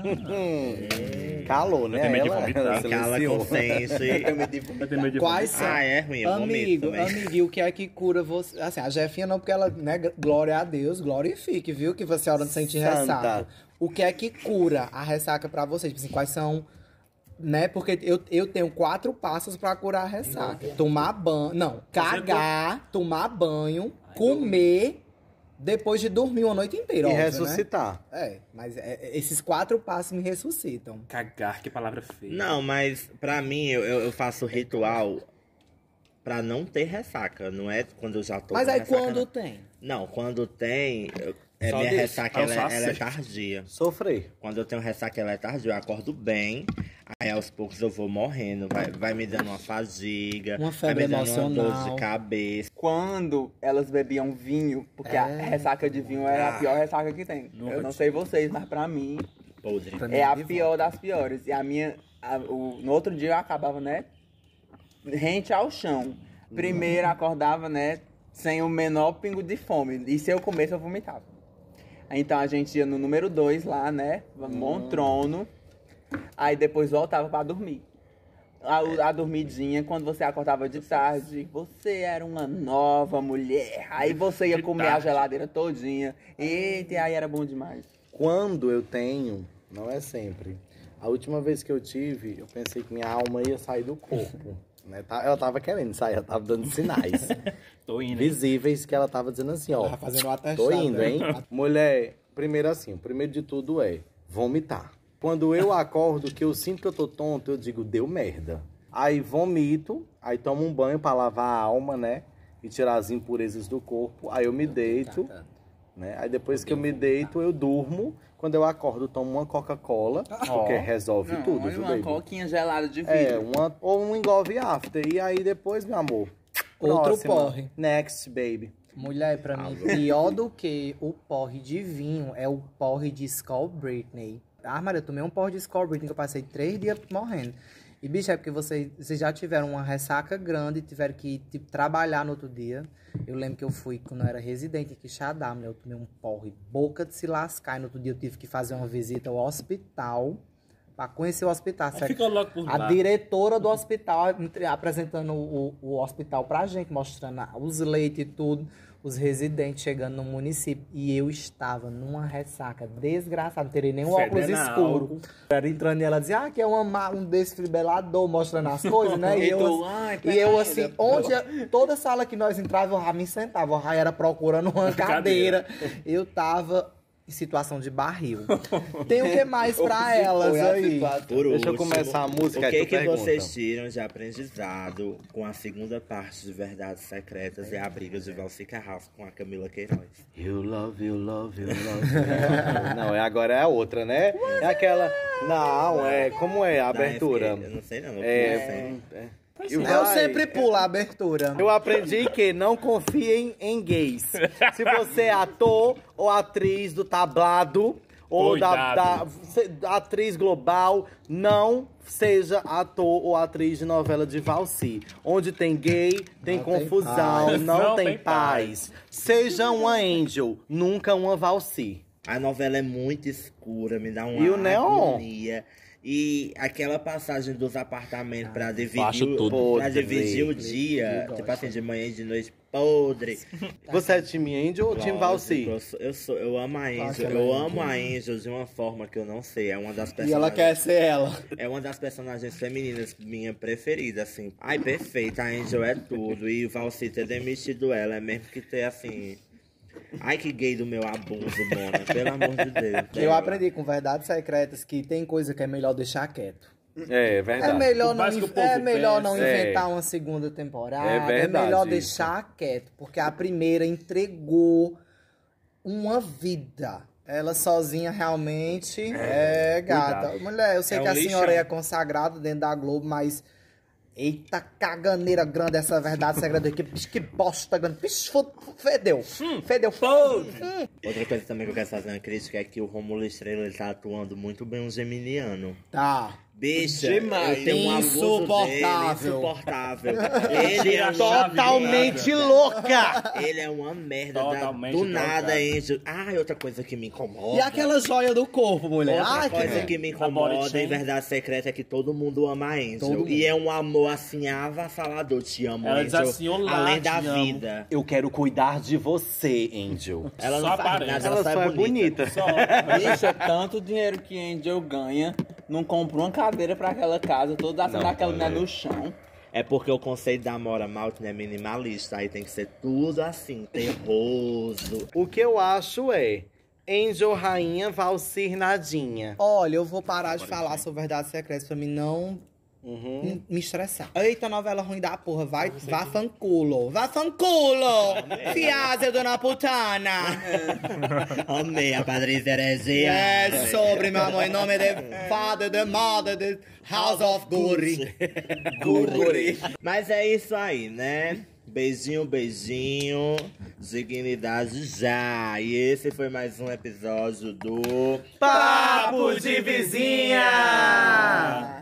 Calou, né? Eu tenho medo de Ela vomitar. Cala silenciou. consciente. eu tenho medo de Quais vomitar. são? Ah, é ruim, eu vomito Amigo, também. amiguinho, o que é que cura você? Assim, a Jefinha não, porque ela, né, glória a Deus, glorifique, viu? Que você é hora de sentir Santa. ressaca. O que é que cura a ressaca pra vocês? Tipo assim, quais são, né? Porque eu tenho 4 passos pra curar a ressaca. Tomar banho, não, cagar, tomar banho, comer, depois de dormir uma noite inteira, E óbvio, ressuscitar. né? Mas esses 4 passos me ressuscitam. Cagar, que palavra feia. Não, mas pra mim, eu faço ritual pra não ter ressaca. Não é quando eu já tô Mas com aí ressaca, quando não. tem? Não, quando tem... Só minha Deus. ressaca, Eu só ela é aceito. tardia. Sofrer. Quando eu tenho ressaca, ela é tardia. Eu acordo bem. Aí, aos poucos, eu vou morrendo. Vai me dando uma fadiga. Uma febre vai me dando uma dor emocional. de cabeça. Quando elas bebiam vinho, porque a ressaca de vinho é a pior ressaca que tem. Eu não sei vocês, mas pra mim Podre. Pra mim é a de pior das piores. E a minha, no outro dia eu acabava, né, rente ao chão. Primeiro acordava, né, sem o menor pingo de fome. E se eu comesse, eu vomitava. Então a gente ia no número 2 lá, né, bom trono. Aí depois voltava pra dormir. A dormidinha, quando você acordava de tarde, você era uma nova mulher. Aí você ia De comer a tarde. geladeira todinha. Eita, e aí era bom demais. Quando eu tenho, não é sempre. A última vez que eu tive, eu pensei que minha alma ia sair do corpo. Né? Ela tava querendo sair, ela tava dando sinais Tô indo. hein? visíveis que ela tava dizendo assim, ó. Tava fazendo o atestado. Tô indo, né? hein? Mulher, primeiro assim, o primeiro de tudo é, vomitar. Quando eu acordo, que eu sinto que eu tô tonto, eu digo, deu merda. Aí vomito, aí tomo um banho pra lavar a alma, né? E tirar as impurezas do corpo. Aí eu me deito, né? Aí depois que eu me deito, eu durmo. Quando eu acordo, tomo uma Coca-Cola, porque resolve tudo, viu, uma baby? coquinha gelada de vidro. Ou um engolve after. E aí depois, meu amor, Outro próxima. porre. Next, baby. Mulher, pra mim, pior do que o porre de vinho é o porre de Skol Britney. Ah, Maria, eu tomei um porre de Skol Britney que eu passei 3 dias morrendo. E, bicho, é porque vocês já tiveram uma ressaca grande e tiveram que trabalhar no outro dia. Eu lembro que eu fui, quando eu era residente aqui em Xadá, mulher, eu tomei um porre, boca de se lascar. E no outro dia eu tive que fazer uma visita ao hospital, pra conhecer o hospital. Ficou logo por lá. A diretora do hospital apresentando o hospital pra gente, mostrando os leitos e tudo, os residentes chegando no município. E eu estava numa ressaca desgraçada, não teria nem um óculos escuro. Era entrando e ela dizia, que é um desfibrilador, mostrando as coisas, né? E eu assim, toda sala que nós entrávamos, eu já me sentava, eu já era procurando uma cadeira. Eu tava em situação de barril. Tem o que mais pra elas aí? Deixa eu começar a música. O que vocês tiram de aprendizado com a segunda parte de Verdades Secretas e a briga de Valci Carrasco com a Camila Queiroz? You love, you love, you love. Não, agora é a outra, né? É aquela... Não, como é a abertura? Eu não sei não. Eu sempre pulo a abertura. Eu aprendi que não confiem em gays. Se você é ator ou atriz do tablado ou da atriz global, não seja ator ou atriz de novela de Valci. Onde tem gay, tem confusão, não tem paz. Seja uma Angel, nunca uma Valci. A novela é muito escura, me dá uma agonia. E aquela passagem dos apartamentos pra dividir o dia, tipo assim, de manhã e de noite, podre. Você é time Angel ou time Valci? Eu amo a Angel. Eu amo a Angel de uma forma que eu não sei. É uma das personagens. E ela quer ser ela. É uma das personagens femininas minha preferida, assim. Ai, perfeita, a Angel é tudo. E o Valci ter demitido ela é mesmo que ter, assim... Ai, que gay do meu abuso, Mona. Pelo amor de Deus. Eu aprendi com Verdades Secretas que tem coisa que é melhor deixar quieto. É verdade. É melhor não inventar uma segunda temporada. É verdade. É melhor deixar quieto. Porque a primeira entregou uma vida. Ela sozinha realmente é gata. Cuidado. Mulher, eu sei que a senhora é consagrada dentro da Globo, mas... Eita caganeira grande essa Verdade Secreta aqui. Que bosta grande. Fedeu. Fedeu. Outra coisa também que eu quero fazer uma crítica é que o Rômulo Estrela, ele tá atuando muito bem um geminiano. Tá. Bicha, demais. Eu tenho um Insuportável. Insuportável. Ele é totalmente louca. Ele é uma merda. Do nada, Angel. Outra coisa que me incomoda. E aquela joia do corpo, mulher? Outra coisa que me incomoda em Verdade Secreta é que todo mundo ama a Angel. E é um amor assim avassalador. Te amo, ela Angel. Diz assim, olá, além da vida. Eu quero cuidar de você, Angel. Ela só não faz nada, ela só é bonita. Bicho, tanto dinheiro que Angel ganha, não compra uma cadeira pra aquela casa, toda aquela mulher no chão. É porque o conceito da Amora Maltin é minimalista. Aí tem que ser tudo assim, terroso. O que eu acho é Angel rainha, Valcir nadinha. Olha, eu vou parar de falar sobre Verdades Secretas pra mim não me estressar. Eita, novela ruim da porra. Vá fanculo. Vá fanculo! Fiase, dona putana! Amei a Patrícia Heresia. É sobre, meu amor, em nome de Father, the Mother, the House of Guri. Guri. Mas é isso aí, né? Beijinho, beijinho. Dignidade já. E esse foi mais um episódio do Papo de Vizinha!